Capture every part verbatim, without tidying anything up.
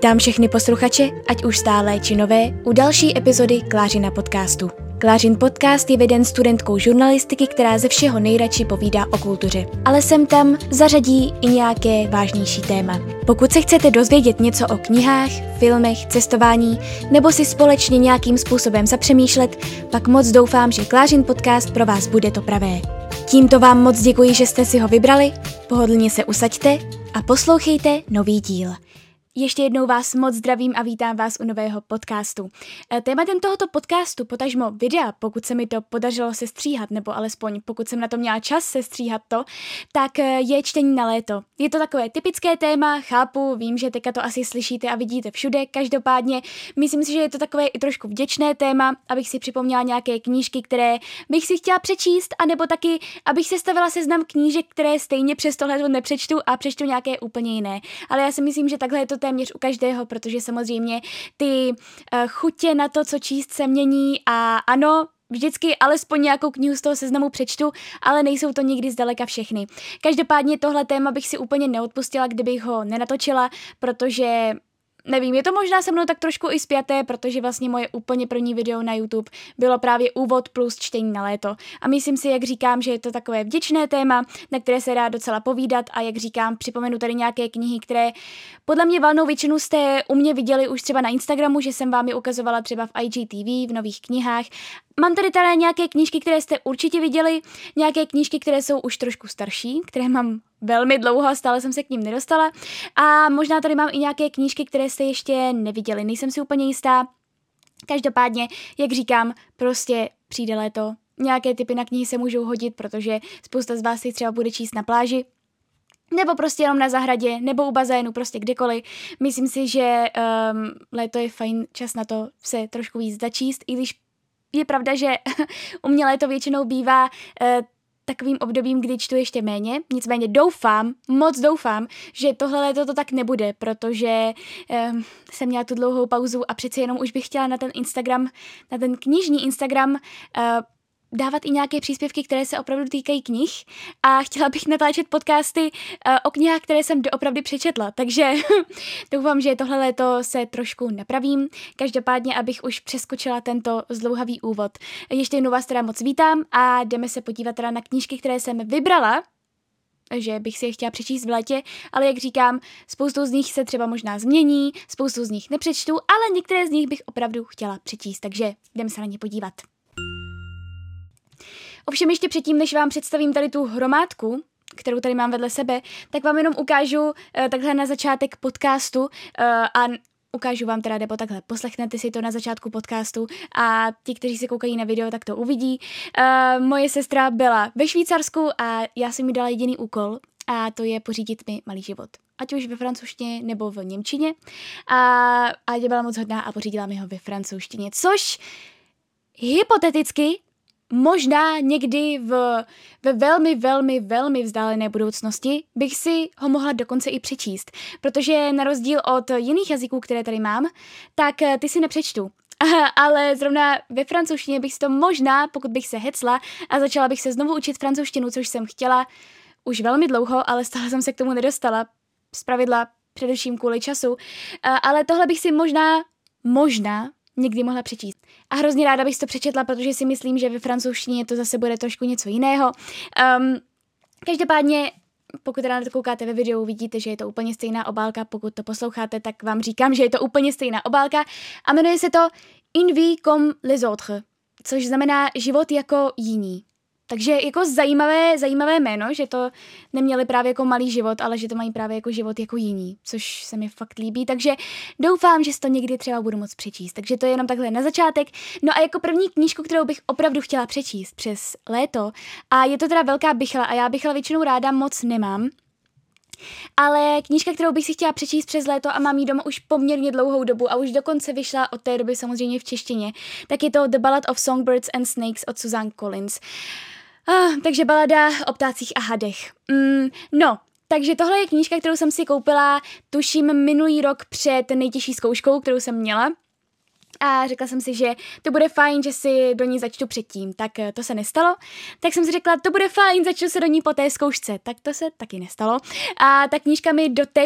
Vítám všechny posluchače, ať už stálé či nové, u další epizody Klářina podcastu. Klářin podcast je veden studentkou žurnalistiky, která ze všeho nejradši povídá o kultuře. Ale sem tam zařadí i nějaké vážnější téma. Pokud se chcete dozvědět něco o knihách, filmech, cestování, nebo si společně nějakým způsobem zapřemýšlet, pak moc doufám, že Klářin podcast pro vás bude to pravé. Tímto vám moc děkuji, že jste si ho vybrali, pohodlně se usaďte a poslouchejte nový díl. Ještě jednou vás moc zdravím a vítám vás u nového podcastu. Tématem tohoto podcastu, potažmo videa, pokud se mi to podařilo sestříhat, nebo alespoň pokud jsem na to měla čas sestříhat to, tak je čtení na léto. Je to takové typické téma, chápu, vím, že teďka to asi slyšíte a vidíte všude, každopádně myslím si, že je to takové i trošku vděčné téma, abych si připomněla nějaké knížky, které bych si chtěla přečíst, anebo taky, abych sestavila seznam knížek, které stejně přes tohle nepřečtu a přečtu nějaké úplně jiné. Ale já si myslím, že takhle je to téměř u každého, protože samozřejmě ty uh, chutě na to, co číst, se mění a ano, vždycky alespoň nějakou knihu z toho seznamu přečtu, ale nejsou to nikdy zdaleka všechny. Každopádně tohle téma bych si úplně neodpustila, kdybych ho nenatočila, protože nevím, je to možná se mnou tak trošku i spjaté, protože vlastně moje úplně první video na YouTube bylo právě úvod plus čtení na léto. A myslím si, jak říkám, že je to takové vděčné téma, na které se dá docela povídat a jak říkám, připomenu tady nějaké knihy, které podle mě valnou většinu jste u mě viděli už třeba na Instagramu, že jsem vám je ukazovala třeba v I G T V, v nových knihách. Mám tady tady nějaké knížky, které jste určitě viděli, nějaké knížky, které jsou už trošku starší, které mám velmi dlouho a stále jsem se k ním nedostala. A možná tady mám i nějaké knížky, které jste ještě neviděli, nejsem si úplně jistá. Každopádně, jak říkám, prostě přijde léto. Nějaké typy na knihy se můžou hodit, protože spousta z vás si třeba bude číst na pláži, nebo prostě jenom na zahradě, nebo u bazénu, prostě kdekoliv. Myslím si, že um, léto je fajn čas na to se trošku víc začíst, i když je pravda, že u mě léto většinou bývá uh, takovým obdobím, kdy čtu ještě méně. Nicméně doufám, moc doufám, že tohle léto to tak nebude, protože um, jsem měla tu dlouhou pauzu a přeci jenom už bych chtěla na ten Instagram, na ten knižní Instagram uh, dávat i nějaké příspěvky, které se opravdu týkají knih a chtěla bych natáčet podcasty uh, o knihách, které jsem doopravdy přečetla, takže doufám, že tohle léto se trošku napravím. Každopádně, abych už přeskočila tento zdlouhavý úvod. Ještě jednou vás teda moc vítám a jdeme se podívat teda na knížky, které jsem vybrala, že bych si je chtěla přečíst v létě, ale jak říkám, spoustu z nich se třeba možná změní, spoustu z nich nepřečtu, ale některé z nich bych opravdu chtěla přečíst, takže jdeme se na ně podívat. Ovšem ještě předtím, než vám představím tady tu hromádku, kterou tady mám vedle sebe, tak vám jenom ukážu uh, takhle na začátek podcastu uh, a ukážu vám teda, nebo takhle, poslechnete si to na začátku podcastu a ti, kteří se koukají na video, tak to uvidí. Uh, moje sestra byla ve Švýcarsku a já jsem mi dala jediný úkol a to je pořídit mi malý život. Ať už ve francouzštině nebo v němčině. A, a byla moc hodná a pořídila mi ho ve francouzštině, což hypoteticky možná někdy v, ve velmi, velmi, velmi vzdálené budoucnosti bych si ho mohla dokonce i přečíst, protože na rozdíl od jiných jazyků, které tady mám, tak ty si nepřečtu. Ale zrovna ve francouzštině bych si to možná, pokud bych se hecla a začala bych se znovu učit francouzštinu, což jsem chtěla už velmi dlouho, ale stále jsem se k tomu nedostala, zpravidla především kvůli času, ale tohle bych si možná, možná někdy mohla přečíst. A hrozně ráda bych to přečetla, protože si myslím, že ve francouzštině to zase bude trošku něco jiného. Um, každopádně, pokud teda na to koukáte ve videu, vidíte, že je to úplně stejná obálka. Pokud to posloucháte, tak vám říkám, že je to úplně stejná obálka. A jmenuje se to Une vie comme les autres, což znamená život jako jiný. Takže jako zajímavé, zajímavé jméno, že to neměli právě jako malý život, ale že to mají právě jako život jako jiný, což se mi fakt líbí, takže doufám, že si to někdy třeba budu moc přečíst. Takže to je jenom takhle na začátek. No a jako první knížku, kterou bych opravdu chtěla přečíst přes léto, a je to teda velká bichla a já bichla většinou ráda moc nemám, ale knížka, kterou bych si chtěla přečíst přes léto a mám ji doma už poměrně dlouhou dobu a už dokonce vyšla od té doby samozřejmě v češtině, tak je to The Ballad of Songbirds and Snakes od Suzanne Collins. Ah, takže balada o ptácích a hadech. Mm, no, takže tohle je knížka, kterou jsem si koupila, tuším, minulý rok před nejtěžší zkouškou, kterou jsem měla. A řekla jsem si, že to bude fajn, že si do ní začtu předtím. Tak to se nestalo. Tak jsem si řekla, to bude fajn, začnu se do ní po té zkoušce. Tak to se taky nestalo. A ta knížka mi doteď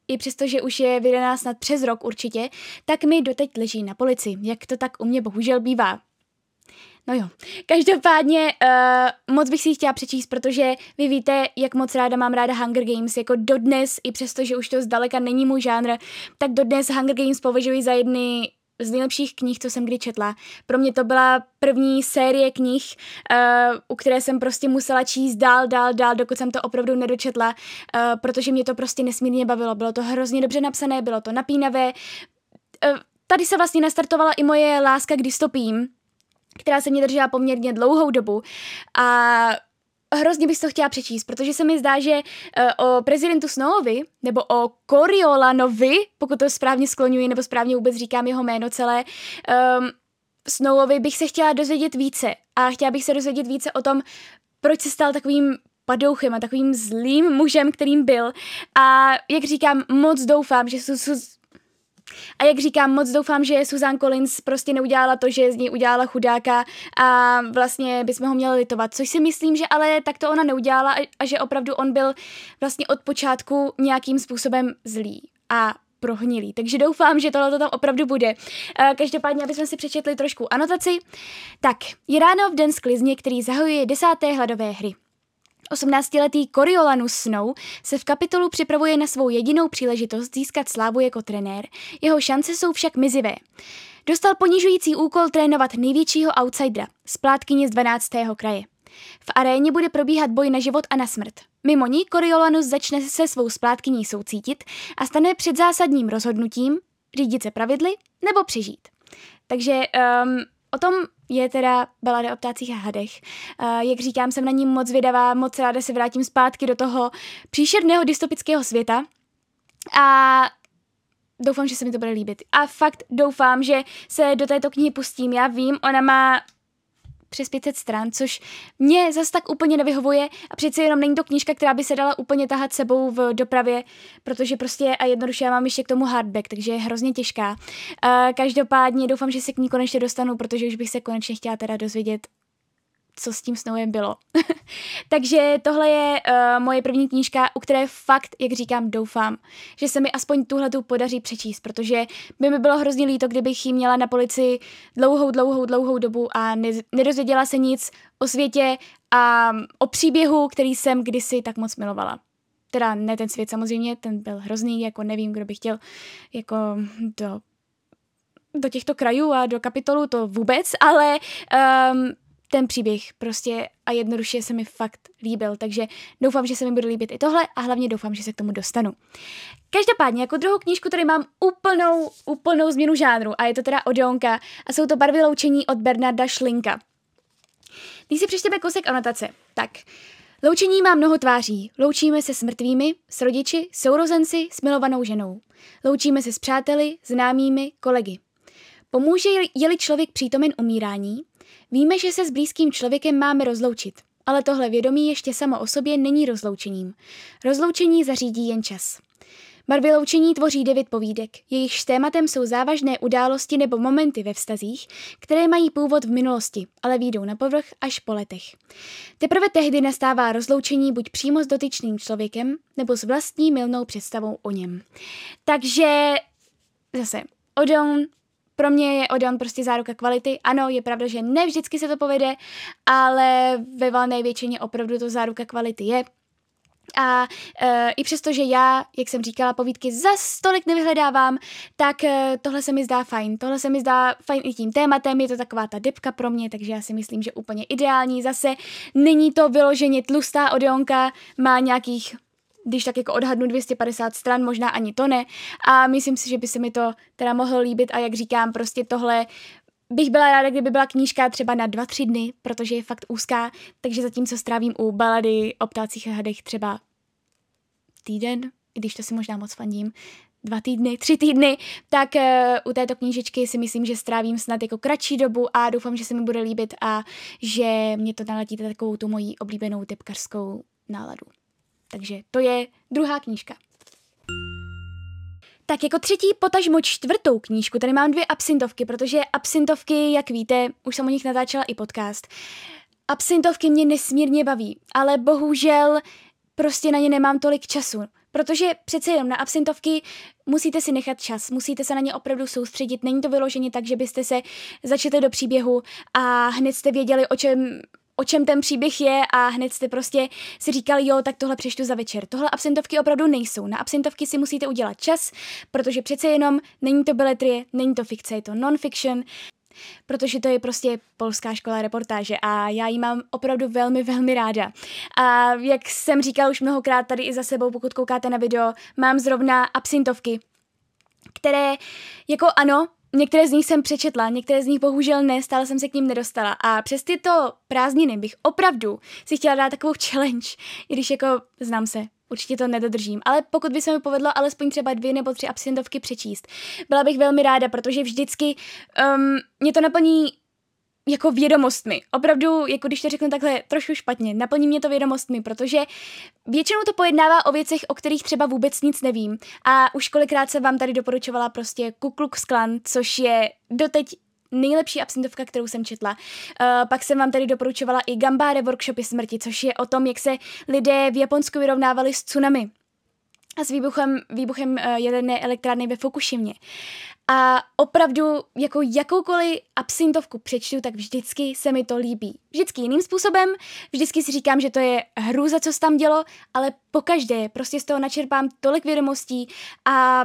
i přesto, že už je vydaná snad přes rok určitě, tak mi doteď leží na polici, jak to tak u mě bohužel bývá. No jo, každopádně uh, moc bych si ji chtěla přečíst, protože vy víte, jak moc ráda mám ráda Hunger Games, jako dodnes, i přesto, že už to zdaleka není můj žánr, tak dodnes Hunger Games považuji za jedny z nejlepších knih, co jsem kdy četla. Pro mě to byla první série knih, uh, u které jsem prostě musela číst dál, dál, dál, dokud jsem to opravdu nedočetla, uh, protože mě to prostě nesmírně bavilo. Bylo to hrozně dobře napsané, bylo to napínavé. Uh, tady se vlastně nastartovala i moje láska k dystopiím, která se mě držela poměrně dlouhou dobu a hrozně bych to chtěla přečíst, protože se mi zdá, že uh, o prezidentu Snowovi, nebo o Coriolanovi, pokud to správně skloňuji, nebo správně vůbec říkám jeho jméno celé, um, Snowovi bych se chtěla dozvědět více a chtěla bych se dozvědět více o tom, proč se stal takovým padouchem a takovým zlým mužem, kterým byl. A jak říkám, moc doufám, že su, su, A jak říkám, moc doufám, že Susan Collins prostě neudělala to, že z něj udělala chudáka a vlastně bychom ho měli litovat. Což si myslím, že ale tak to ona neudělala a že opravdu on byl vlastně od počátku nějakým způsobem zlý a prohnilý. Takže doufám, že tohle tam opravdu bude. Každopádně, abychom si přečetli trošku anotaci. Tak, je ráno v den sklizně, který zahajuje desáté hladové hry. osmnáctiletý Coriolanus Snow se v kapitolu připravuje na svou jedinou příležitost získat slávu jako trenér, jeho šance jsou však mizivé. Dostal ponižující úkol trénovat největšího outsidera, splátkyni z dvanáctého kraje. V aréně bude probíhat boj na život a na smrt. Mimo ní Coriolanus začne se svou splátkyní soucítit a stane před zásadním rozhodnutím řídit se pravidly nebo přežít. Takže um, o tom je teda balada o ptácích a hadech. Uh, jak říkám, jsem na ní moc vydavá, moc ráda se vrátím zpátky do toho příšerného dystopického světa a doufám, že se mi to bude líbit. A fakt doufám, že se do této knihy pustím. Já vím, ona má přes pět set stran, což mě zas tak úplně nevyhovuje a přeci jenom není to knížka, která by se dala úplně tahat sebou v dopravě, protože prostě a jednoduše já mám ještě k tomu hardback, takže je hrozně těžká. Uh, každopádně doufám, že se k ní konečně dostanu, protože už bych se konečně chtěla teda dozvědět, co s tím Snowem bylo. Takže tohle je uh, moje první knížka, u které fakt, jak říkám, doufám, že se mi aspoň tuhletu podaří přečíst, protože by mi bylo hrozně líto, kdybych ji měla na polici dlouhou, dlouhou, dlouhou dobu a ne- nedozvěděla se nic o světě a o příběhu, který jsem kdysi tak moc milovala. Teda ne ten svět samozřejmě, ten byl hrozný, jako nevím, kdo by chtěl jako do, do těchto krajů a do kapitolu, to vůbec, ale um, ten příběh prostě a jednoduše se mi fakt líbil, takže doufám, že se mi bude líbit i tohle a hlavně doufám, že se k tomu dostanu. Každopádně, jako druhou knížku tady mám úplnou, úplnou změnu žánru a je to teda Odeonka a jsou to Barvy loučení od Bernarda Schlinka. Když si přečteme kousek anotace, tak loučení má mnoho tváří. Loučíme se s mrtvými, s rodiči, sourozenci, s milovanou ženou. Loučíme se s přáteli, známými, kolegy. Pomůže, je-li člověk přítomen umírání, víme, že se s blízkým člověkem máme rozloučit, ale tohle vědomí ještě samo o sobě není rozloučením. Rozloučení zařídí jen čas. Barvy loučení tvoří devět povídek, jejichž tématem jsou závažné události nebo momenty ve vztazích, které mají původ v minulosti, ale výjdou na povrch až po letech. Teprve tehdy nastává rozloučení buď přímo s dotyčným člověkem, nebo s vlastní mylnou představou o něm. Takže zase Odeon. Pro mě je Odeon prostě záruka kvality. Ano, je pravda, že ne vždycky se to povede, ale ve valné většině opravdu to záruka kvality je. A e, i přesto, že já, jak jsem říkala, povídky zas tolik nevyhledávám, tak e, tohle se mi zdá fajn. Tohle se mi zdá fajn i tím tématem, je to taková ta depka pro mě, takže já si myslím, že úplně ideální. Zase není to vyloženě tlustá Odeonka, má nějakých, když tak jako odhadnu dvě stě padesát stran, možná ani to ne. A myslím si, že by se mi to teda mohlo líbit a jak říkám, prostě tohle bych byla ráda, kdyby byla knížka třeba na dva, tři dny, protože je fakt úzká, takže zatímco strávím u balady o ptácích a hadech třeba týden, i když to si možná moc fandím, dva týdny, tři týdny, tak uh, u této knížečky si myslím, že strávím snad jako kratší dobu a doufám, že se mi bude líbit a že mě to nalatíte takovou tu mojí oblíbenou typkařskou náladu. Takže to je druhá knížka. Tak jako třetí, potažmo čtvrtou knížku, tady mám dvě absintovky, protože absintovky, jak víte, už jsem o nich natáčela i podcast. Absintovky mě nesmírně baví, ale bohužel prostě na ně nemám tolik času. Protože přece jenom na absintovky musíte si nechat čas, musíte se na ně opravdu soustředit, není to vyloženě tak, že byste se začali do příběhu a hned jste věděli, o čem, o čem ten příběh je a hned jste prostě si říkali, jo, tak tohle přečtu za večer. Tohle absintovky opravdu nejsou. Na absintovky si musíte udělat čas, protože přece jenom není to beletrie, není to fikce, je to non-fiction, protože to je prostě polská škola reportáže a já ji mám opravdu velmi, velmi ráda. A jak jsem říkala už mnohokrát tady i za sebou, pokud koukáte na video, mám zrovna absintovky, které jako ano, některé z nich jsem přečetla, některé z nich bohužel ne, stále jsem se k ním nedostala. A přes tyto prázdniny bych opravdu si chtěla dát takovou challenge, i když jako znám se, určitě to nedodržím, ale pokud by se mi povedlo alespoň třeba dvě nebo tři absintovky přečíst, byla bych velmi ráda, protože vždycky um, mě to naplní jako vědomostmi. Opravdu, jako když to řeknu takhle trošku špatně, naplní mě to vědomostmi, protože většinou to pojednává o věcech, o kterých třeba vůbec nic nevím. A už kolikrát jsem vám tady doporučovala prostě Ku Klux Klan, což je doteď nejlepší absintovka, kterou jsem četla. Uh, pak jsem vám tady doporučovala i Gambáre workshopy smrti, což je o tom, jak se lidé v Japonsku vyrovnávali s tsunami a s výbuchem, výbuchem uh, jaderné elektrárny ve Fukushimě. A opravdu jako jakoukoliv absintovku přečtu, tak vždycky se mi to líbí. Vždycky jiným způsobem, vždycky si říkám, že to je hrůza, co se tam dělo, ale pokaždé prostě z toho načerpám tolik vědomostí a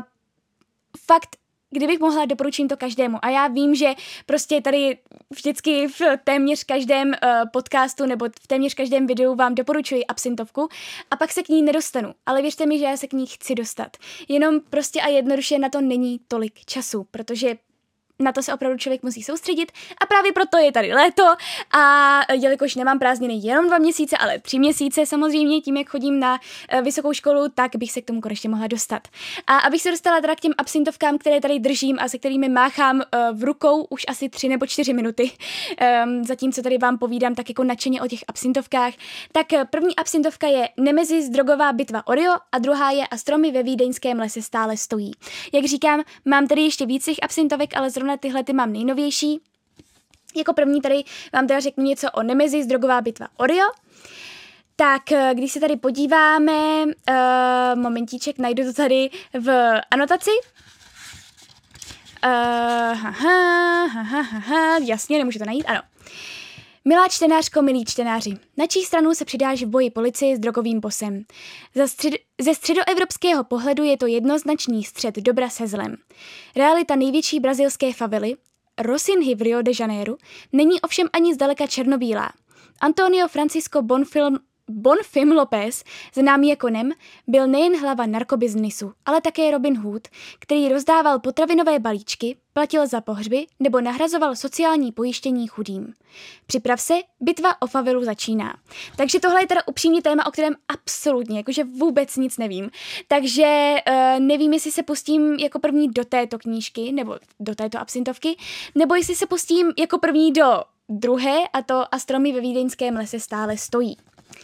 fakt kdybych mohla, doporučím to každému. A já vím, že prostě tady vždycky v téměř každém uh, podcastu nebo v téměř každém videu vám doporučuji absintovku a pak se k ní nedostanu. Ale věřte mi, že já se k ní chci dostat. Jenom prostě a jednoduše na to není tolik času, protože na to se opravdu člověk musí soustředit a právě proto je tady léto a jelikož nemám prázdniny jenom dva měsíce, ale tři měsíce samozřejmě, tím jak chodím na vysokou školu, tak bych se k tomu konečně mohla dostat. A abych se dostala teda k těm absintovkám, které tady držím a se kterými máchám v rukou už asi tři nebo čtyři minuty, zatímco tady vám povídám tak jako nadšeně o těch absintovkách, tak první absintovka je Nemezis drogová bitva Oreo a druhá je A stromy ve vídeňském lese stále stojí. Jak říkám, mám tady ještě víc těch absintovek, ale zrovna tyhle ty mám nejnovější. Jako první tady vám teda řeknu něco o Nemezis drogová bitva Oreo. Tak když se tady podíváme, uh, momentíček, najdu to tady v anotaci. Uh, haha, haha, haha, jasně, nemůžu to najít, ano. Milá čtenářko, milí čtenáři, na čí stranu se přidáš v boji policie s drogovým bosem? Za střed, ze středoevropského pohledu je to jednoznačný střet dobra se zlem. Realita největší brazilské favely, Rocinhy v Rio de Janeiro, není ovšem ani zdaleka černobílá. Antonio Francisco Bonfim, Bonfim López, známý jako Nem, byl nejen hlava narkobiznisu, ale také Robin Hood, který rozdával potravinové balíčky, platil za pohřby nebo nahrazoval sociální pojištění chudým. Připrav se, bitva o favelu začíná. Takže tohle je teda upřímně téma, o kterém absolutně, jakože vůbec nic nevím. Takže uh, nevím, jestli se pustím jako první do této knížky, nebo do této absintovky, nebo jestli se pustím jako první do druhé, a to A stromy ve vídeňském lese stále stojí.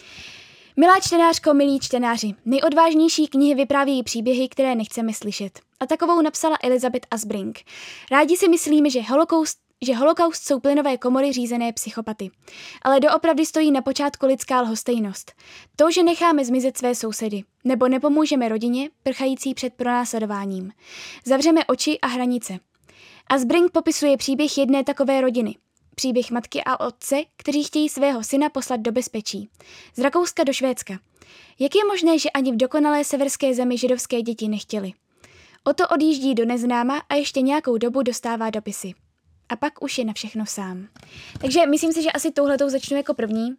Milá čtenářko, milí čtenáři, nejodvážnější knihy vyprávějí příběhy, které nechceme slyšet. A takovou napsala Elizabeth Asbrink. Rádi si myslíme, že holokaust, že holokaust jsou plynové komory řízené psychopaty. Ale doopravdy stojí na počátku lidská lhostejnost. To, že necháme zmizet své sousedy, nebo nepomůžeme rodině, prchající před pronásledováním. Zavřeme oči a hranice. Asbrink popisuje příběh jedné takové rodiny. Příběh matky a otce, kteří chtějí svého syna poslat do bezpečí. Z Rakouska do Švédska. Jak je možné, že ani v dokonalé severské zemi židovské děti nechtěli? Oto odjíždí do neznáma a ještě nějakou dobu dostává dopisy. A pak už je na všechno sám. Takže myslím si, že asi touhletou začnu jako první.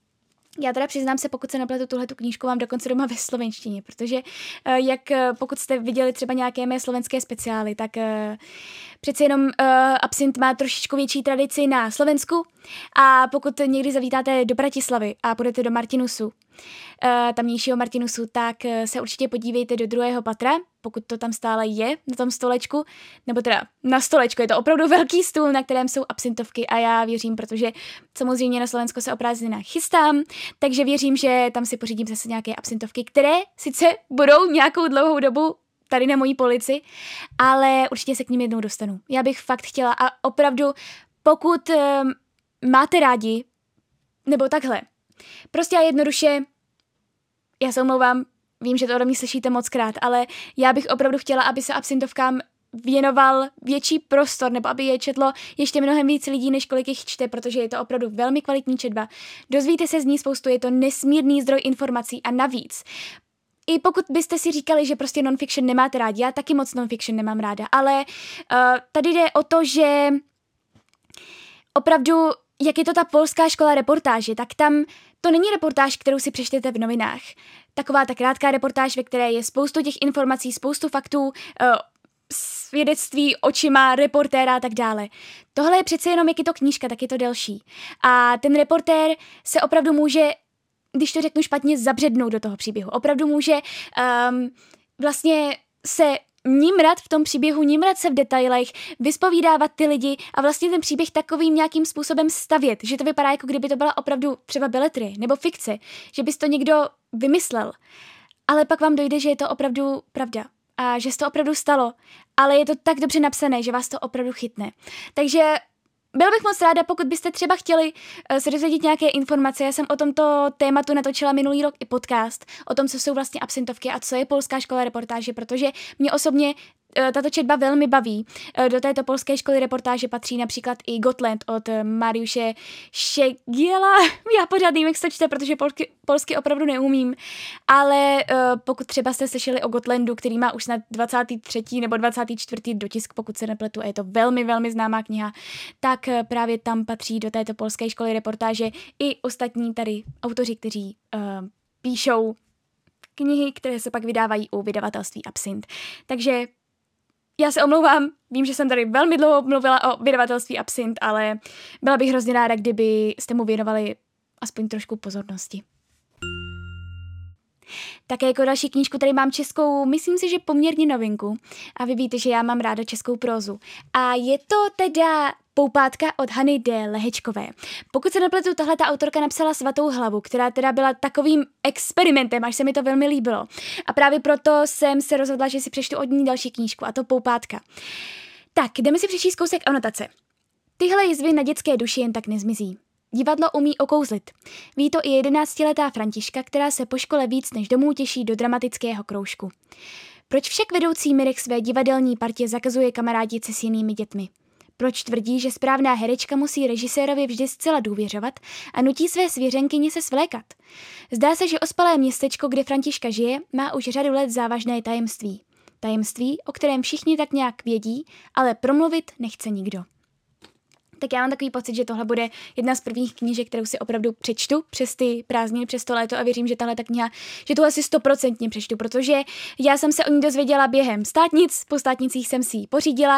Já teda přiznám se, pokud se nepletu, tuhletu knížku mám dokonce doma ve slovenštině, protože jak pokud jste viděli třeba nějaké mé slovenské speciály, tak přeci jenom uh, absint má trošičku větší tradici na Slovensku a pokud někdy zavítáte do Bratislavy a půjdete do Martinusu, uh, tamnějšího Martinusu, tak uh, se určitě podívejte do druhého patra, pokud to tam stále je na tom stolečku, nebo teda na stolečku, je to opravdu velký stůl, na kterém jsou absintovky a já věřím, protože samozřejmě na Slovensko se o prázdninách chystám, takže věřím, že tam si pořídím zase nějaké absintovky, které sice budou nějakou dlouhou dobu tady na mojí polici, ale určitě se k ním jednou dostanu. Já bych fakt chtěla a opravdu, pokud um, máte rádi, nebo takhle, prostě a jednoduše, já se omlouvám, vím, že to ode mě slyšíte moc krát, ale já bych opravdu chtěla, aby se absintovkám věnoval větší prostor, nebo aby je četlo ještě mnohem víc lidí, než kolik jich čte, protože je to opravdu velmi kvalitní četba. Dozvíte se z ní spoustu, je to nesmírný zdroj informací a navíc. I pokud byste si říkali, že prostě non-fiction nemáte rádi, já taky moc non-fiction nemám ráda, ale uh, tady jde o to, že opravdu, jak je to ta polská škola reportáže, tak tam to není reportáž, kterou si přečtete v novinách. Taková ta krátká reportáž, ve které je spoustu těch informací, spoustu faktů, uh, svědectví očima reportéra a tak dále. Tohle je přece jenom, jak je to knížka, tak je to delší. A ten reportér se opravdu může, když to řeknu špatně, zabřednout do toho příběhu. Opravdu může um, vlastně se nímrat v tom příběhu, nímrat se v detailech, vyspovídávat ty lidi a vlastně ten příběh takovým nějakým způsobem stavět, že to vypadá, jako kdyby to byla opravdu třeba beletrie nebo fikce, že bys to někdo vymyslel. Ale pak vám dojde, že je to opravdu pravda a že se to opravdu stalo, ale je to tak dobře napsané, že vás to opravdu chytne. Takže byla bych moc ráda, pokud byste třeba chtěli uh, se dozvědět nějaké informace. Já jsem o tomto tématu natočila minulý rok i podcast, o tom, co jsou vlastně absintovky a co je polská škola reportáže, protože mě osobně uh, tato četba velmi baví. Uh, do této polské školy reportáže patří například i Gotland od uh, Mariuše Šegiela. Já pořád nevím, jak se to čte, protože polsky, polsky opravdu neumím, ale uh, pokud třeba jste slyšeli o Gotlandu, který má už snad dvacátý třetí nebo dvacátý čtvrtý dotisk, pokud se nepletu, a je to velmi, velmi známá kniha, tak právě tam patří do této polské školy reportáže i ostatní tady autoři, kteří uh, píšou knihy, které se pak vydávají u vydavatelství Absint. Takže já se omlouvám, vím, že jsem tady velmi dlouho mluvila o vydavatelství Absint, ale byla bych hrozně ráda, kdyby jste mu věnovali aspoň trošku pozornosti. Také jako další knížku tady mám českou, myslím si, že poměrně novinku. A vy víte, že já mám ráda českou prózu. A je to teda Poupátka od Hany D. Lehečkové. Pokud se nepletu, tahle ta autorka napsala Svatou hlavu, která teda byla takovým experimentem, až se mi to velmi líbilo. A právě proto jsem se rozhodla, že si přečtu od ní další knížku, a to Poupátka. Tak, jdeme si přečíst kousek anotace. Tyhle jizvy na dětské duši jen tak nezmizí. Divadlo umí okouzlit. Ví to i jedenáctiletá Františka, která se po škole víc než domů těší do dramatického kroužku. Proč však vedoucí Mirek své divadelní partě zakazuje kamarádit se s jinými dětmi? Proč tvrdí, že správná herečka musí režisérovi vždy zcela důvěřovat a nutí své svěřenkyně se svlékat? Zdá se, že ospalé městečko, kde Františka žije, má už řadu let závažné tajemství. Tajemství, o kterém všichni tak nějak vědí, ale promluvit nechce nikdo. Tak já mám takový pocit, že tohle bude jedna z prvních knížek, kterou si opravdu přečtu přes ty prázdniny, přes to léto, a věřím, že tahle ta kniha, že tu asi stoprocentně přečtu, protože já jsem se o ní dozvěděla během státnic, po státnicích jsem si ji pořídila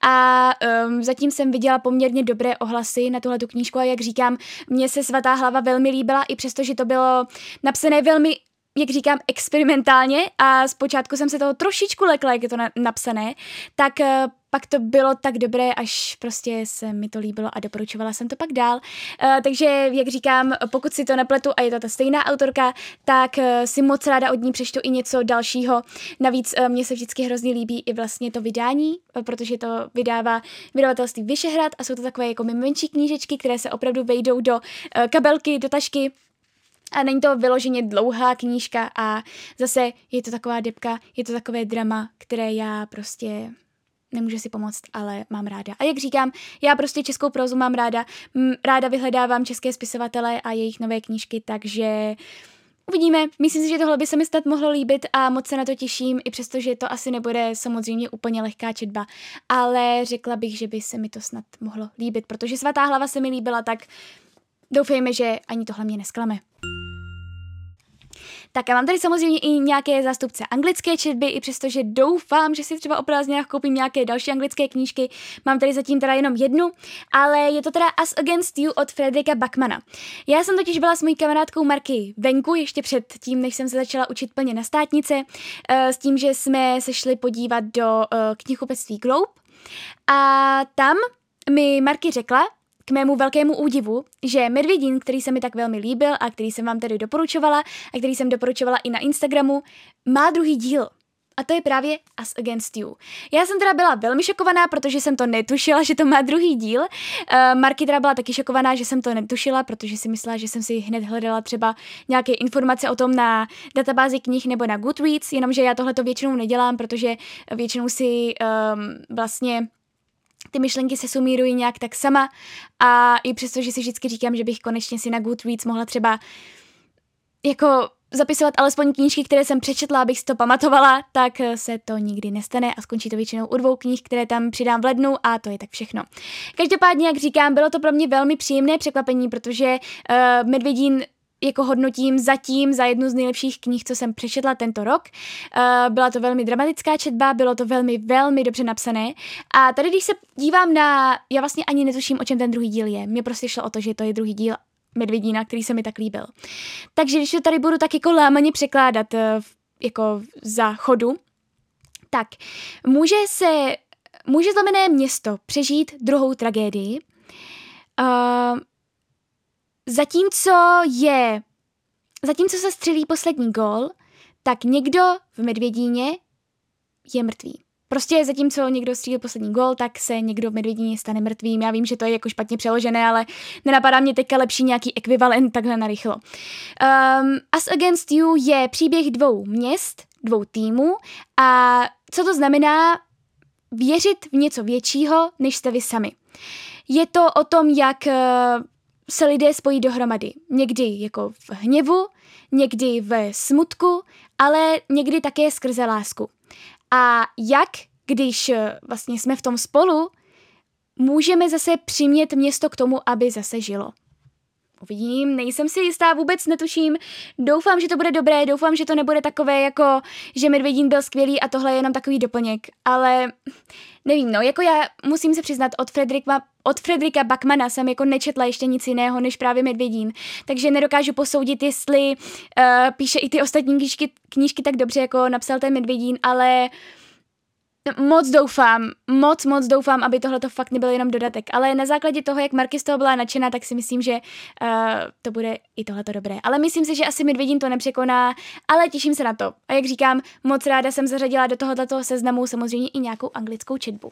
a um, zatím jsem viděla poměrně dobré ohlasy na tuhletu knížku a jak říkám, mně se Svatá hlava velmi líbila, i přesto, že to bylo napsané velmi, jak říkám, experimentálně a zpočátku jsem se toho trošičku lekla, jak je to na- napsané, tak uh, pak to bylo tak dobré, až prostě se mi to líbilo a doporučovala jsem to pak dál. Uh, takže, jak říkám, pokud si to nepletu a je to ta stejná autorka, tak uh, si moc ráda od ní přečtu i něco dalšího. Navíc uh, mně se vždycky hrozně líbí i vlastně to vydání, uh, protože to vydává vydavatelství Vyšehrad a jsou to takové jako menší knížečky, které se opravdu vejdou do uh, kabelky, do tašky. A není to vyloženě dlouhá knížka a zase je to taková debka, je to takové drama, které já prostě nemůžu si pomoct, ale mám ráda. A jak říkám, já prostě českou prózu mám ráda, m, ráda vyhledávám české spisovatele a jejich nové knížky, takže uvidíme. Myslím si, že tohle by se mi snad mohlo líbit a moc se na to těším, i přesto, že to asi nebude samozřejmě úplně lehká četba, ale řekla bych, že by se mi to snad mohlo líbit, protože Svatá hlava se mi líbila, tak doufejme, že ani tohle mě nesklame. Tak a mám tady samozřejmě i nějaké zástupce anglické četby, i přestože doufám, že si třeba o prázdninách koupím nějaké další anglické knížky. Mám tady zatím teda jenom jednu, ale je to teda Us Against You od Fredrika Backmana. Já jsem totiž byla s mojí kamarádkou Marky venku ještě před tím, než jsem se začala učit plně na státnice, s tím, že jsme se šli podívat do knihkupectví Globe a tam mi Marky řekla, k mému velkému údivu, že Medvědín, který se mi tak velmi líbil a který jsem vám tedy doporučovala a který jsem doporučovala i na Instagramu, má druhý díl. A to je právě Us Against You. Já jsem teda byla velmi šokovaná, protože jsem to netušila, že to má druhý díl. Uh, Marky teda byla taky šokovaná, že jsem to netušila, protože si myslela, že jsem si hned hledala třeba nějaké informace o tom na databázi knih nebo na Goodreads, jenomže já tohle to většinou nedělám, protože většinou si um, vlastně ty myšlenky se sumírují nějak tak sama a i přesto, že si vždycky říkám, že bych konečně si na Goodreads mohla třeba jako zapisovat alespoň knížky, které jsem přečetla, abych si to pamatovala, tak se to nikdy nestane a skončí to většinou u dvou knih, které tam přidám v lednu a to je tak všechno. Každopádně, jak říkám, bylo to pro mě velmi příjemné překvapení, protože uh, Medvědín jako hodnotím zatím za jednu z nejlepších knih, co jsem přečetla tento rok. Uh, byla to velmi dramatická četba, bylo to velmi, velmi dobře napsané. A tady, když se dívám na... Já vlastně ani netuším, o čem ten druhý díl je. Mně prostě šlo o to, že to je druhý díl Medvědína, který se mi tak líbil. Takže když to tady budu tak jako lámaně překládat uh, jako za chodu, tak může se... Může znamené město přežít druhou tragédii. Uh, Zatímco je, zatímco se střelí poslední gól, tak někdo v Medvědíně je mrtvý. Prostě zatímco někdo střílí poslední gól, tak se někdo v Medvědíně stane mrtvým. Já vím, že to je jako špatně přeložené, ale nenapadá mě teďka lepší nějaký ekvivalent takhle narychlo. Um, Us Against You je příběh dvou měst, dvou týmů a co to znamená věřit v něco většího, než jste vy sami. Je to o tom, jak se lidé spojí dohromady. Někdy jako v hněvu, někdy ve smutku, ale někdy také skrze lásku. A jak, když vlastně jsme v tom spolu, můžeme zase přimět město k tomu, aby zase žilo. Uvidím, nejsem si jistá, vůbec netuším. Doufám, že to bude dobré, doufám, že to nebude takové, jako že Medvědín byl skvělý a tohle je jenom takový doplněk. Ale nevím, no, jako já musím se přiznat, od Fredrika, od Fredrika Backmana jsem jako nečetla ještě nic jiného, než právě Medvědín. Takže nedokážu posoudit, jestli uh, píše i ty ostatní knížky, knížky tak dobře, jako napsal ten Medvědín, ale... Moc doufám, moc, moc doufám, aby tohle to fakt nebyl jenom dodatek, ale na základě toho, jak Marky z toho byla nadšená, tak si myslím, že uh, to bude i tohleto dobré. Ale myslím si, že asi Medvědín to nepřekoná, ale těším se na to. A jak říkám, moc ráda jsem zařadila do tohoto seznamu samozřejmě i nějakou anglickou četbu.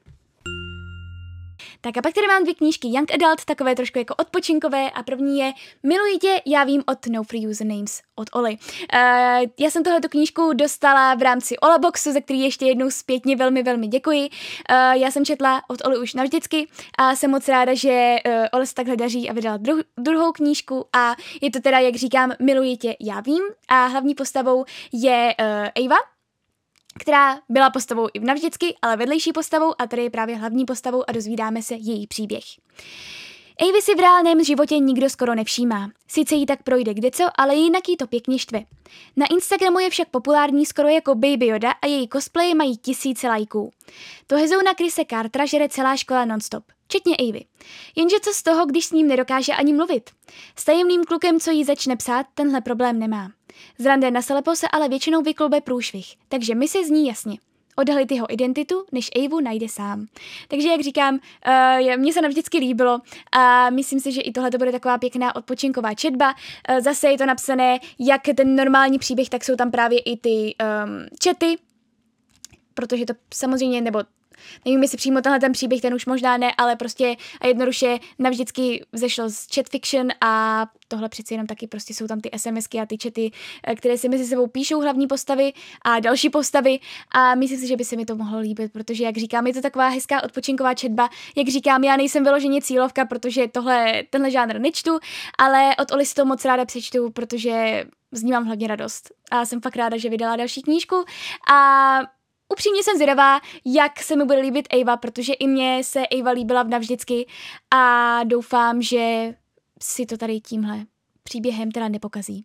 Tak a pak tady mám dvě knížky Young Adult, takové trošku jako odpočinkové a první je Miluji tě, já vím od No Free Usernames od Oly. Uh, já jsem tohleto knížku dostala v rámci Ola Boxu, za který ještě jednou zpětně velmi, velmi děkuji. Uh, já jsem četla od Oly už navždycky a jsem moc ráda, že uh, Ole se takhle daří a vydala druh- druhou knížku a je to teda, jak říkám, Miluji tě, já vím a hlavní postavou je uh, Ava, která byla postavou i v navždycky, ale vedlejší postavou a tady je právě hlavní postavou a dozvídáme se její příběh. Avy si v reálném životě nikdo skoro nevšímá. Sice jí tak projde kdeco, ale jinak jí to pěkně štve. Na Instagramu je však populární skoro jako Baby Yoda a její cosplaye mají tisíce lajků. To hezouna Chrise Cartera žere celá škola nonstop, včetně Avy. Jenže co z toho, když s ním nedokáže ani mluvit? S tajemným klukem, co jí začne psát, tenhle problém nemá. Z rande na slepo se ale většinou vyklube průšvih, takže mi se zní jasně. Odhalit jeho identitu, než Avu najde sám. Takže jak říkám, uh, mně se navždycky líbilo a myslím si, že i tohle to bude taková pěkná odpočinková četba. Uh, zase je to napsané jak ten normální příběh, tak jsou tam právě i ty um, čety, protože to samozřejmě, nebo nevím, jestli přímo tenhle ten příběh, ten už možná ne, ale prostě a jednoduše navždycky vzešlo z chat fiction a tohle přeci jenom taky prostě jsou tam ty SMSky a ty chaty, které si mezi sebou píšou hlavní postavy a další postavy a myslím si, že by se mi to mohlo líbit, protože jak říkám, je to taková hezká odpočinková četba. Jak říkám, já nejsem vyloženě cílovka, protože tohle, tenhle žánr nečtu, ale od Oli si to moc ráda přečtu, protože z ní mám hlavně radost. A jsem fakt ráda, že vydala další knížku a upřímně jsem zvědavá, jak se mi bude líbit Ava, protože i mně se Ava líbila navždycky a doufám, že si to tady tímhle příběhem teda nepokazí.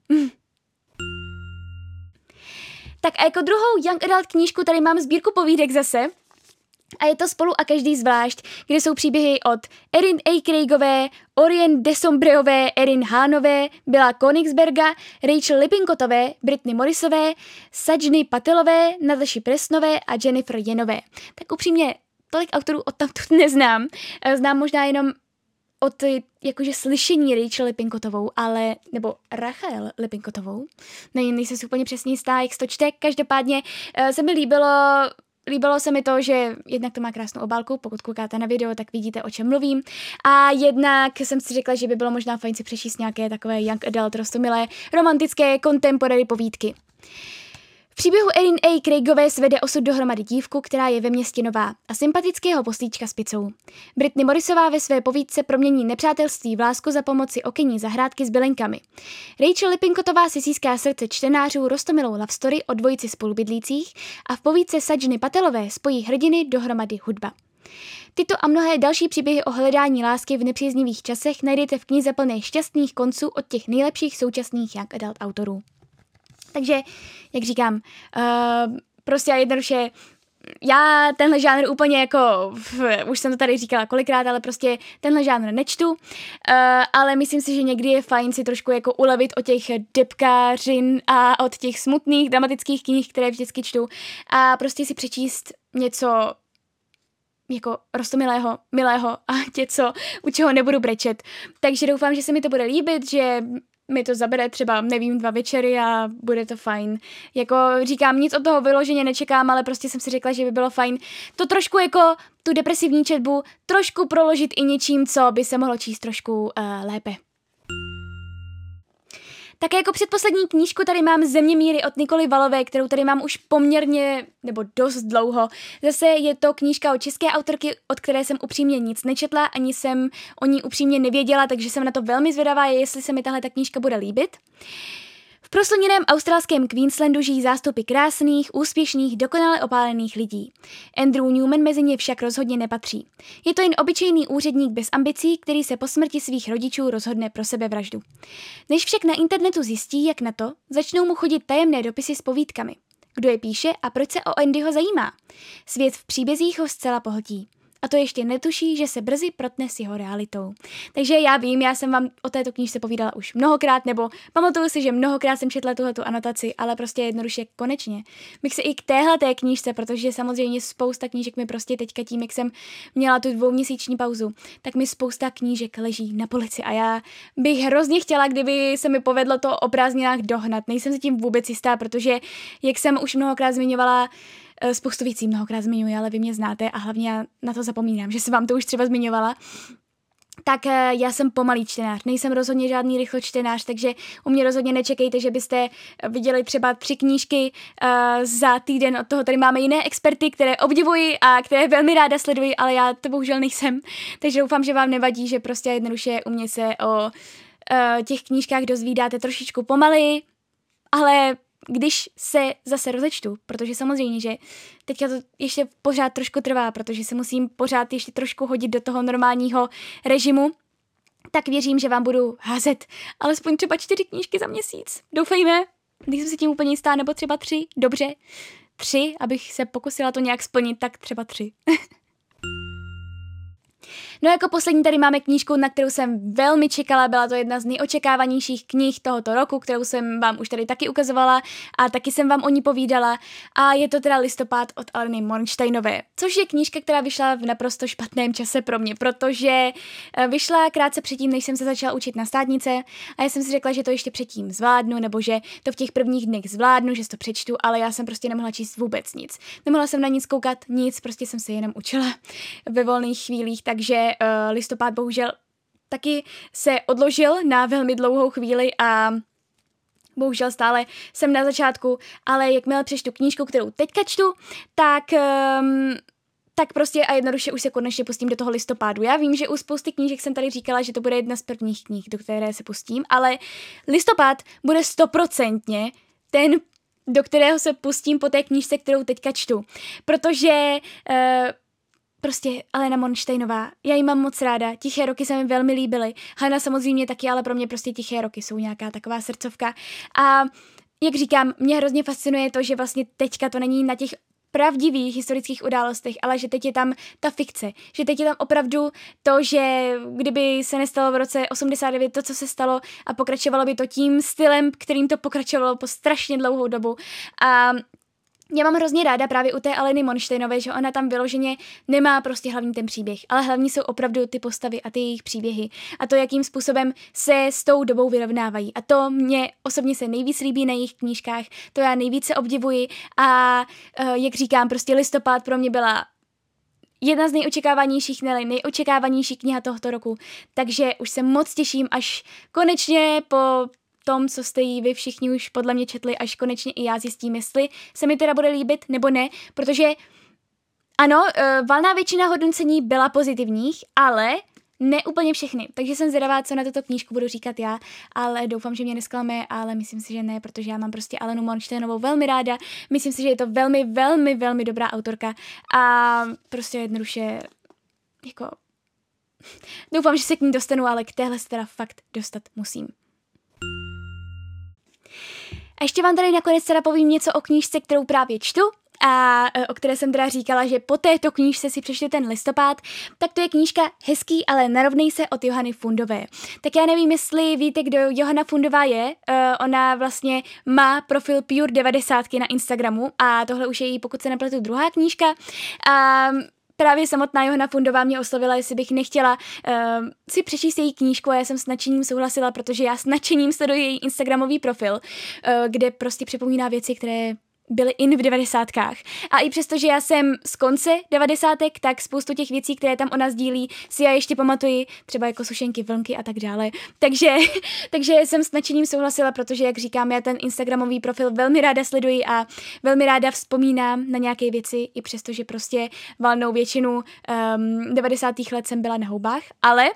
Tak a jako druhou Young Adult knížku tady mám sbírku povídek zase. A je to Spolu a každý zvlášť, kde jsou příběhy od Erin A. Craigové, Orien de Sombreové, Erin Hánové, Billa Konigsberga, Rachel Lippincotové, Brittany Morrisové, Sajny Patelové, Nataši Presnové a Jennifer Yenové. Tak upřímně, tolik autorů odtamtud neznám. Znám možná jenom od jakože slyšení Rachel Lippincotovou, ale, nebo Rachel Lippincotovou, ne, nejsem si úplně přesně jistá, jak se to čte, každopádně uh, se mi líbilo, líbilo se mi to, že jednak to má krásnou obálku, pokud koukáte na video, tak vidíte, o čem mluvím, a jednak jsem si řekla, že by bylo možná fajn si přečíst nějaké takové young adult, roztomilé, romantické, contemporary povídky. V příběhu Erin A. Craigové svede osud dohromady dívku, která je ve městě nová, a sympatického poslíčka s picou. Britney Morrisová ve své povídce promění nepřátelství v lásku za pomoci okenní zahrádky s bylinkami. Rachel Lippincotová si získá srdce čtenářů roztomilou love story o dvojici spolubydlících a v povídce Sajny Patelové spojí hrdiny dohromady hudba. Tyto a mnohé další příběhy o hledání lásky v nepříznivých časech najdete v knize plné šťastných konců od těch nejlepších současných young adult autorů. Takže, jak říkám, uh, prostě jednoduše, já tenhle žánr úplně jako, už jsem to tady říkala kolikrát, ale prostě tenhle žánr nečtu, uh, ale myslím si, že někdy je fajn si trošku jako ulevit od těch depkářin a od těch smutných dramatických knih, které vždycky čtu, a prostě si přečíst něco jako roztomilého, milého a něco, u čeho nebudu brečet. Takže doufám, že se mi to bude líbit, že mi to zabere třeba, nevím, dva večery a bude to fajn. Jako říkám, nic od toho vyloženě nečekám, ale prostě jsem si řekla, že by bylo fajn to trošku jako tu depresivní četbu trošku proložit i něčím, co by se mohlo číst trošku uh, lépe. Také jako předposlední knížku tady mám Zeměmíry od Nikoly Valové, kterou tady mám už poměrně, nebo dost dlouho. Zase je to knížka od české autorky, od které jsem upřímně nic nečetla, ani jsem o ní upřímně nevěděla, takže jsem na to velmi zvědavá, jestli se mi tahle ta knížka bude líbit. V prosluněném australském Queenslandu žijí zástupy krásných, úspěšných, dokonale opálených lidí. Andrew Newman mezi ně však rozhodně nepatří. Je to jen obyčejný úředník bez ambicí, který se po smrti svých rodičů rozhodne pro sebevraždu. Než však na internetu zjistí, jak na to, začnou mu chodit tajemné dopisy s povídkami. Kdo je píše a proč se o Andyho zajímá? Svět v příbězích ho zcela pohltí. A to ještě netuší, že se brzy protne s jeho realitou. Takže já vím, já jsem vám o této knížce povídala už mnohokrát, nebo pamatuju si, že mnohokrát jsem četla tuhletu anotaci, ale prostě jednoduše konečně bych se i k téhleté knížce, protože samozřejmě spousta knížek mi prostě teďka tím, jak jsem měla tu dvouměsíční pauzu, tak mi spousta knížek leží na polici a já bych hrozně chtěla, kdyby se mi povedlo to o prázdninách dohnat. Nejsem si tím vůbec jistá, protože jak jsem už mnohokrát zmiňovala, spoustu věcí mnohokrát zmiňuji, ale vy mě znáte a hlavně já na to zapomínám, že jsem vám to už třeba zmiňovala. Tak já jsem pomalý čtenář, nejsem rozhodně žádný rychločtenář, takže u mě rozhodně nečekejte, že byste viděli třeba tři knížky uh, za týden. Od toho tady máme jiné experty, které obdivuji a které velmi ráda sleduji, ale já to bohužel nejsem. Takže doufám, že vám nevadí, že prostě jednoduše u mě se o uh, těch knížkách dozvídáte trošičku pomaleji, ale když se zase rozečtu, protože samozřejmě, že teďka to ještě pořád trošku trvá, protože se musím pořád ještě trošku hodit do toho normálního režimu, tak věřím, že vám budu házet alespoň třeba čtyři knížky za měsíc. Doufejme, když jsem si tím úplně jistá, nebo třeba tři, dobře, tři, abych se pokusila to nějak splnit, tak třeba tři. No jako poslední tady máme knížku, na kterou jsem velmi čekala, byla to jedna z nejočekávanějších knih tohoto roku, kterou jsem vám už tady taky ukazovala a taky jsem vám o ní povídala, a je to teda Listopad od Aleny Mornsteinové, což je knížka, která vyšla v naprosto špatném čase pro mě, protože vyšla krátce předtím, než jsem se začala učit na státnice, a já jsem si řekla, že to ještě předtím zvládnu, nebo že to v těch prvních dnech zvládnu, že si to přečtu, ale já jsem prostě nemohla číst vůbec nic. Nemohla jsem na nic koukat, nic, prostě jsem se jenom učila ve volných chvílích, takže uh, Listopad bohužel taky se odložil na velmi dlouhou chvíli a bohužel stále jsem na začátku, ale jakmile přečtu knížku, kterou teďka čtu, tak um, tak prostě a jednoduše už se konečně pustím do toho listopádu. Já vím, že u spousty knížek jsem tady říkala, že to bude jedna z prvních knih, do které se pustím, ale Listopad bude stoprocentně ten, do kterého se pustím po té knížce, kterou teďka čtu. Protože uh, prostě Alena Mornsteinová, já ji mám moc ráda, Tiché roky se mi velmi líbily, Hana samozřejmě taky, ale pro mě prostě Tiché roky jsou nějaká taková srdcovka. A jak říkám, mě hrozně fascinuje to, že vlastně teďka to není na těch pravdivých historických událostech, ale že teď je tam ta fikce, že teď je tam opravdu to, že kdyby se nestalo v roce osmdesát devět to, co se stalo, a pokračovalo by to tím stylem, kterým to pokračovalo po strašně dlouhou dobu. A Já mám hrozně ráda právě u té Aleny Monštejnové, že ona tam vyloženě nemá prostě hlavní ten příběh, ale hlavní jsou opravdu ty postavy a ty jejich příběhy a to, jakým způsobem se s tou dobou vyrovnávají. A to mě osobně se nejvíc líbí na jejich knížkách, to já nejvíce obdivuji a uh, jak říkám, prostě Listopad pro mě byla jedna z nejočekávanějších, ne nejočekávanější kniha tohoto roku, takže už se moc těším, až konečně po tom, co jste jí vy všichni už podle mě četli, až konečně i já zjistím, jestli se mi teda bude líbit nebo ne, protože ano, uh, valná většina hodnocení byla pozitivních, ale ne úplně všechny, takže jsem zvědavá, co na tuto knížku budu říkat já, ale doufám, že mě nesklame, ale myslím si, že ne, protože já mám prostě Alenu Monštejnovou velmi ráda, myslím si, že je to velmi, velmi, velmi dobrá autorka a prostě jednoduše jako doufám, že se k ní dostanu, ale k téhle se teda fakt dostat musím. A ještě vám tady nakonec teda povím něco o knížce, kterou právě čtu a o které jsem teda říkala, že po této knížce si přečtu ten Listopad, tak to je knížka Hezký, ale narovnej se od Johany Fundové. Tak já nevím, jestli víte, kdo Johana Fundová je, uh, ona vlastně má profil Pure devadesát na Instagramu a tohle už je jí, pokud se nepletu, druhá knížka a právě samotná Johana Fundová mě oslovila, jestli bych nechtěla uh, si přečíst její knížku a já jsem s nadšením souhlasila, protože já s nadšením sleduji její instagramový profil, uh, kde prostě připomíná věci, které byly in v devadesátkách. A i přesto, že já jsem z konce devadesátek, tak spoustu těch věcí, které tam ona sdílí, si já ještě pamatuji, třeba jako sušenky, vlnky a tak dále. Takže, takže jsem s nadšením souhlasila, protože, jak říkám, já ten instagramový profil velmi ráda sleduji a velmi ráda vzpomínám na nějaké věci, i přesto, že prostě valnou většinu um, devadesátých let jsem byla na houbách, ale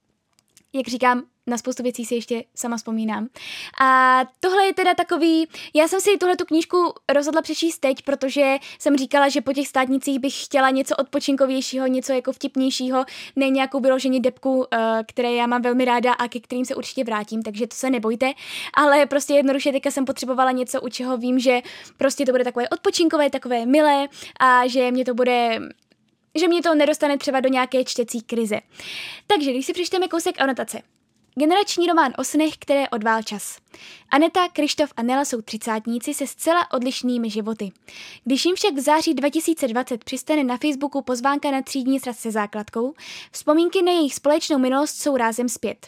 jak říkám, na spoustu věcí si ještě sama vzpomínám. A tohle je teda takový, já jsem si tuhletu knížku rozhodla přečíst teď, protože jsem říkala, že po těch státnicích bych chtěla něco odpočinkovějšího, něco jako vtipnějšího, ne nějakou vyloženě debku, které já mám velmi ráda a ke kterým se určitě vrátím, takže to se nebojte, ale prostě jednoduše teďka jsem potřebovala něco, u čeho vím, že prostě to bude takové odpočinkové, takové milé a že mě to bude že mě to nedostane třeba do nějaké čtecí krize. Takže když si přečteme kousek anotace. Generační román o snech, které odvál čas. Aneta, Krištof a Nela jsou třicátníci se zcela odlišnými životy. Když jim však v září dva tisíce dvacet přistane na Facebooku pozvánka na třídní sraz se základkou, vzpomínky na jejich společnou minulost jsou rázem zpět.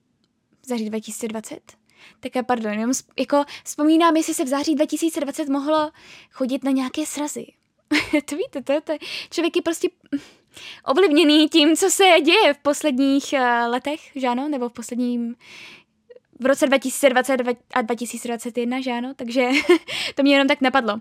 V září dva tisíce dvacet? Tak a pardon, jenom jako vzpomínám, jestli se v září dva tisíce dvacet mohlo chodit na nějaké srazy. To víte, to, to člověk je prostě ovlivněný tím, co se děje v posledních uh, letech, že ano, nebo v posledním, v roce dva tisíce dvacet a dva tisíce dvacet jedna, že ano, takže to mě jenom tak napadlo.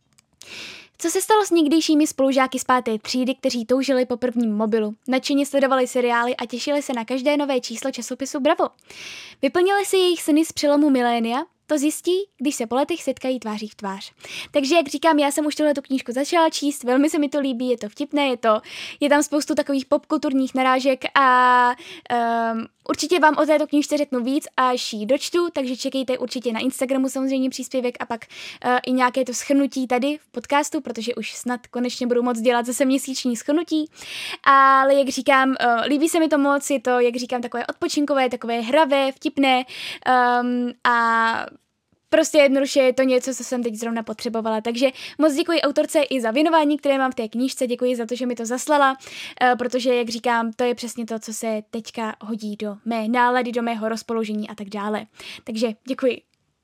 Co se stalo s někdejšími spolužáky z páté třídy, kteří toužili po prvním mobilu, nadšeně sledovali seriály a těšili se na každé nové číslo časopisu Bravo? Vyplnili si jejich sny z přelomu milénia? To zjistí, když se po letech setkají tváří v tvář. Takže, jak říkám, já jsem už tuhle tu knížku začala číst, velmi se mi to líbí, je to vtipné, je to, je tam spoustu takových popkulturních narážek a um, určitě vám o této knížce řeknu víc, až ji dočtu, takže čekejte určitě na Instagramu samozřejmě příspěvek a pak uh, i nějaké to shrnutí tady v podcastu, protože už snad konečně budu moc dělat zase měsíční shrnutí. Ale jak říkám, uh, líbí se mi to moc, je to, jak říkám, takové odpočinkové, takové hravé, vtipné um, a prostě jednoduše je to něco, co jsem teď zrovna potřebovala. Takže moc děkuji autorce i za věnování, které mám v té knížce, děkuji za to, že mi to zaslala, protože, jak říkám, to je přesně to, co se teďka hodí do mé nálady, do mého rozpoložení a tak dále. Takže děkuji.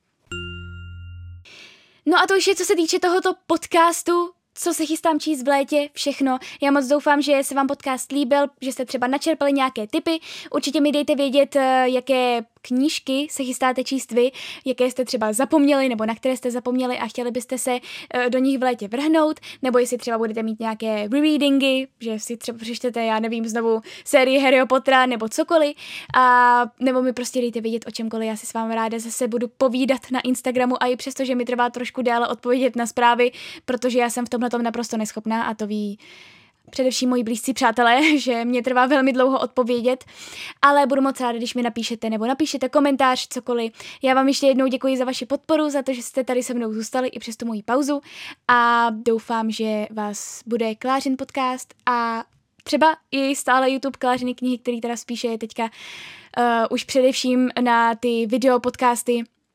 No a to už je, co se týče tohoto podcastu, co se chystám číst v létě, všechno. Já moc doufám, že se vám podcast líbil, že jste třeba načerpali nějaké tipy. Určitě mi dejte vědět, jaké knížky se chystáte číst vy, jaké jste třeba zapomněli, nebo na které jste zapomněli a chtěli byste se do nich v létě vrhnout, nebo jestli třeba budete mít nějaké rereadingy, že si třeba přečtete, já nevím, znovu sérii Harryho Pottera, nebo cokoliv, a nebo mi prostě dejte vědět o čemkoliv, já si s vámi ráda zase budu povídat na Instagramu a i přesto, že mi trvá trošku déle odpovědět na zprávy, protože já jsem v tomhletom naprosto neschopná a to ví především moji blízcí přátelé, že mě trvá velmi dlouho odpovědět, ale budu moc ráda, když mi napíšete nebo napíšete komentář, cokoliv. Já vám ještě jednou děkuji za vaši podporu, za to, že jste tady se mnou zůstali i přes tu moji pauzu a doufám, že vás bude Klářin podcast a třeba i stále YouTube Klářiny knihy, který teda spíše je teďka uh, už především na ty video podcasty,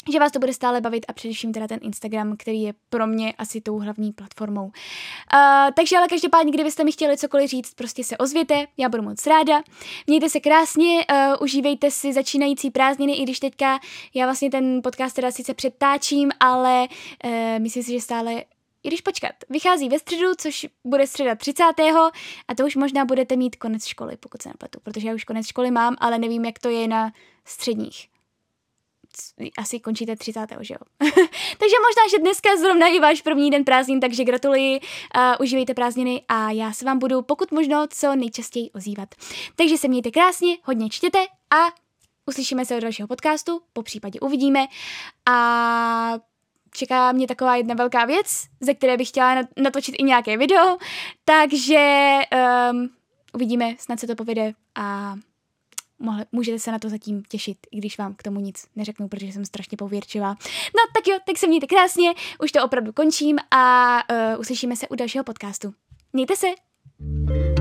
že vás to bude stále bavit a především teda ten Instagram, který je pro mě asi tou hlavní platformou. Uh, takže ale každopádně, kdybyste mi chtěli cokoliv říct, prostě se ozvěte, já budu moc ráda. Mějte se krásně, uh, užívejte si začínající prázdniny, i když teďka já vlastně ten podcast teda sice předtáčím, ale uh, myslím si, že stále I když počkat, vychází ve středu, což bude středa třicátého a to už možná budete mít konec školy, pokud se nepletu, protože já už konec školy mám, ale nevím, jak to je na středních. Asi končíte třicátého že jo? Takže možná, že dneska zrovna i váš první den prázdnin, takže gratuluji, uh, užívejte prázdniny a já se vám budu pokud možno co nejčastěji ozývat. Takže se mějte krásně, hodně čtěte a uslyšíme se od dalšího podcastu, po případě uvidíme a čeká mě taková jedna velká věc, ze které bych chtěla natočit i nějaké video, takže um, uvidíme, snad se to povede a mohli, můžete se na to zatím těšit, i když vám k tomu nic neřeknu, protože jsem strašně pověrčivá. No tak jo, tak se mějte krásně, už to opravdu končím a uh, uslyšíme se u dalšího podcastu. Mějte se!